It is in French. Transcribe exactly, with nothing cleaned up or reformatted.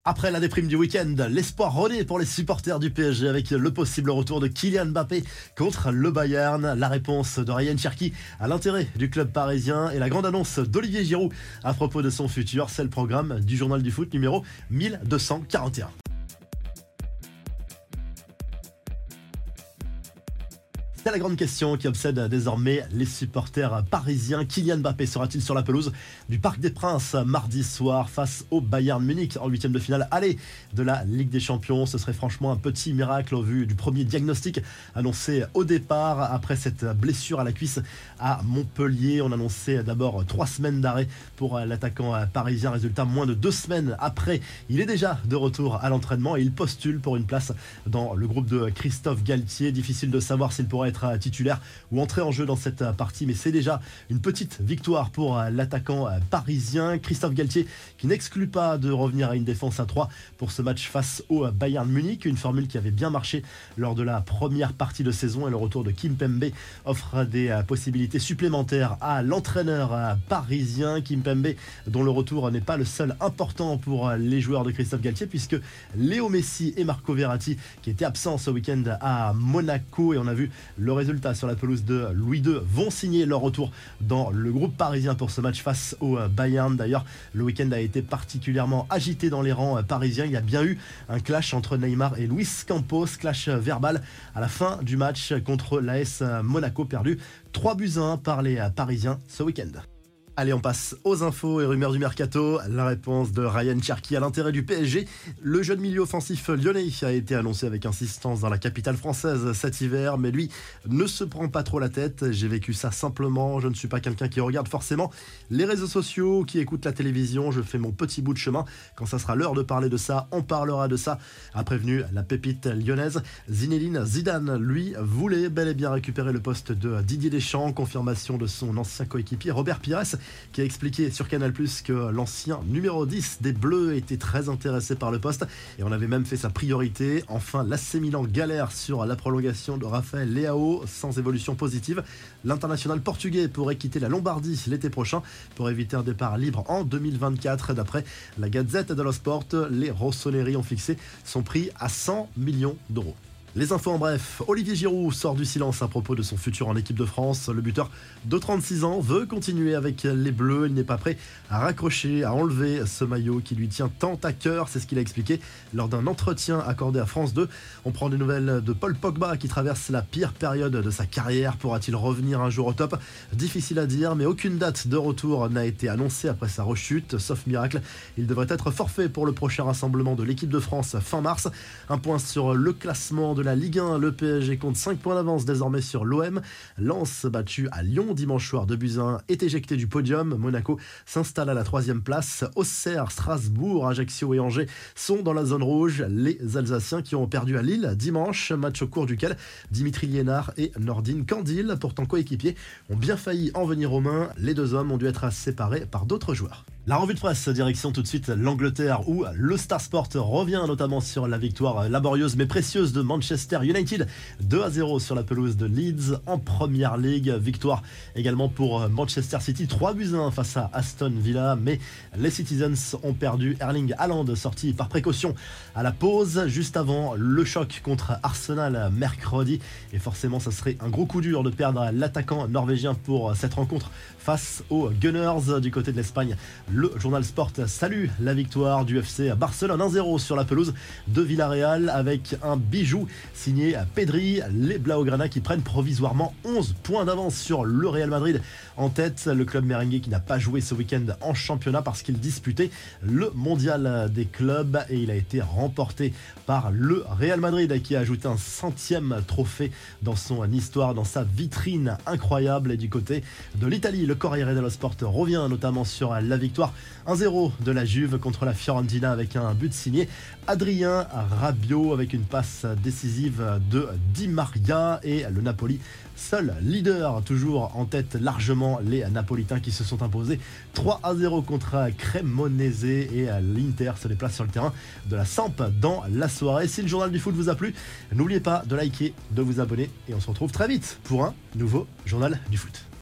Après la déprime du week-end, l'espoir renaît pour les supporters du P S G avec le possible retour de Kylian Mbappé contre le Bayern. La réponse de Ryan Cherki à l'intérêt du club parisien et la grande annonce d'Olivier Giroud à propos de son futur, c'est le programme du Journal du Foot numéro mille deux cent quarante et un. C'est la grande question qui obsède désormais les supporters parisiens. Kylian Mbappé sera-t-il sur la pelouse du Parc des Princes mardi soir face au Bayern Munich en huitième de finale aller de la Ligue des Champions? Ce serait franchement un petit miracle au vu du premier diagnostic annoncé au départ après cette blessure à la cuisse à Montpellier. On annonçait d'abord trois semaines d'arrêt pour l'attaquant parisien. Résultat, moins de deux semaines après, il est déjà de retour à l'entraînement et il postule pour une place dans le groupe de Christophe Galtier. Difficile de savoir s'il pourrait être titulaire ou entrer en jeu dans cette partie, mais c'est déjà une petite victoire pour l'attaquant parisien. Christophe Galtier qui n'exclut pas de revenir à une défense à trois pour ce match face au Bayern Munich, une formule qui avait bien marché lors de la première partie de saison, et le retour de Kimpembe offre des possibilités supplémentaires à l'entraîneur parisien. Kimpembe dont le retour n'est pas le seul important pour les joueurs de Christophe Galtier, puisque Léo Messi et Marco Verratti qui étaient absents ce week-end à Monaco, et on a vu le résultat sur la pelouse de Louis deux, vont signer leur retour dans le groupe parisien pour ce match face au Bayern. D'ailleurs, le week-end a été particulièrement agité dans les rangs parisiens. Il y a bien eu un clash entre Neymar et Luis Campos, clash verbal à la fin du match contre l'A S Monaco, perdu trois buts à un par les Parisiens ce week-end. Allez, on passe aux infos et rumeurs du mercato. La réponse de Ryan Cherki à l'intérêt du P S G. Le jeune milieu offensif lyonnais a été annoncé avec insistance dans la capitale française cet hiver, mais lui ne se prend pas trop la tête. J'ai vécu ça simplement. Je ne suis pas quelqu'un qui regarde forcément les réseaux sociaux, qui écoute la télévision. Je fais mon petit bout de chemin. Quand ça sera l'heure de parler de ça, on parlera de ça, a prévenu la pépite lyonnaise. Zinedine Zidane, lui, voulait bel et bien récupérer le poste de Didier Deschamps. Confirmation de son ancien coéquipier Robert Pires, qui a expliqué sur Canal plus, que l'ancien numéro dix des Bleus était très intéressé par le poste et on avait même fait sa priorité. Enfin, l'A C Milan galère sur la prolongation de Raphaël Leao sans évolution positive. L'international portugais pourrait quitter la Lombardie l'été prochain pour éviter un départ libre en deux mille vingt-quatre. D'après la Gazette dello Sport, les Rossoneri ont fixé son prix à cent millions d'euros. Les infos en bref, Olivier Giroud sort du silence à propos de son futur en équipe de France. Le buteur de trente-six ans veut continuer avec les Bleus. Il n'est pas prêt à raccrocher, à enlever ce maillot qui lui tient tant à cœur. C'est ce qu'il a expliqué lors d'un entretien accordé à France deux. On prend des nouvelles de Paul Pogba qui traverse la pire période de sa carrière. Pourra-t-il revenir un jour au top? Difficile à dire, mais aucune date de retour n'a été annoncée après sa rechute. Sauf miracle, il devrait être forfait pour le prochain rassemblement de l'équipe de France fin mars. Un point sur le classement de la Ligue un, le P S G compte cinq points d'avance désormais sur l'O M. Lens, battu à Lyon dimanche soir deux buts à un, est éjecté du podium. Monaco s'installe à la troisième place. Auxerre, Strasbourg, Ajaccio et Angers sont dans la zone rouge. Les Alsaciens qui ont perdu à Lille dimanche, match au cours duquel Dimitri Liénard et Nordine Candil, pourtant coéquipiers, ont bien failli en venir aux mains. Les deux hommes ont dû être séparés par d'autres joueurs. La revue de presse, direction tout de suite l'Angleterre, où le Star Sport revient notamment sur la victoire laborieuse mais précieuse de Manchester United, deux à zéro sur la pelouse de Leeds en Première League. Victoire également pour Manchester City, trois buts à un face à Aston Villa, mais les Citizens ont perdu. Erling Haaland sorti par précaution à la pause, juste avant le choc contre Arsenal mercredi, et forcément ça serait un gros coup dur de perdre l'attaquant norvégien pour cette rencontre face aux Gunners du côté de l'Espagne. Le journal Sport salue la victoire du F C Barcelone, un zéro sur la pelouse de Villarreal avec un bijou signé Pedri. Les Blaugrana qui prennent provisoirement onze points d'avance sur le Real Madrid en tête. Le club merengue qui n'a pas joué ce week-end en championnat parce qu'il disputait le mondial des clubs, et il a été remporté par le Real Madrid qui a ajouté un centième trophée dans son histoire, dans sa vitrine incroyable. Et du côté de l'Italie, le Corriere dello Sport revient notamment sur la victoire un zéro de la Juve contre la Fiorentina avec un but signé Adrien Rabiot avec une passe décisive de Di Maria, et le Napoli seul leader, toujours en tête largement les Napolitains qui se sont imposés trois à zéro contre Cremonese, et l'Inter se déplace sur le terrain de la Samp dans la soirée. Si le journal du foot vous a plu, n'oubliez pas de liker, de vous abonner, et on se retrouve très vite pour un nouveau journal du foot.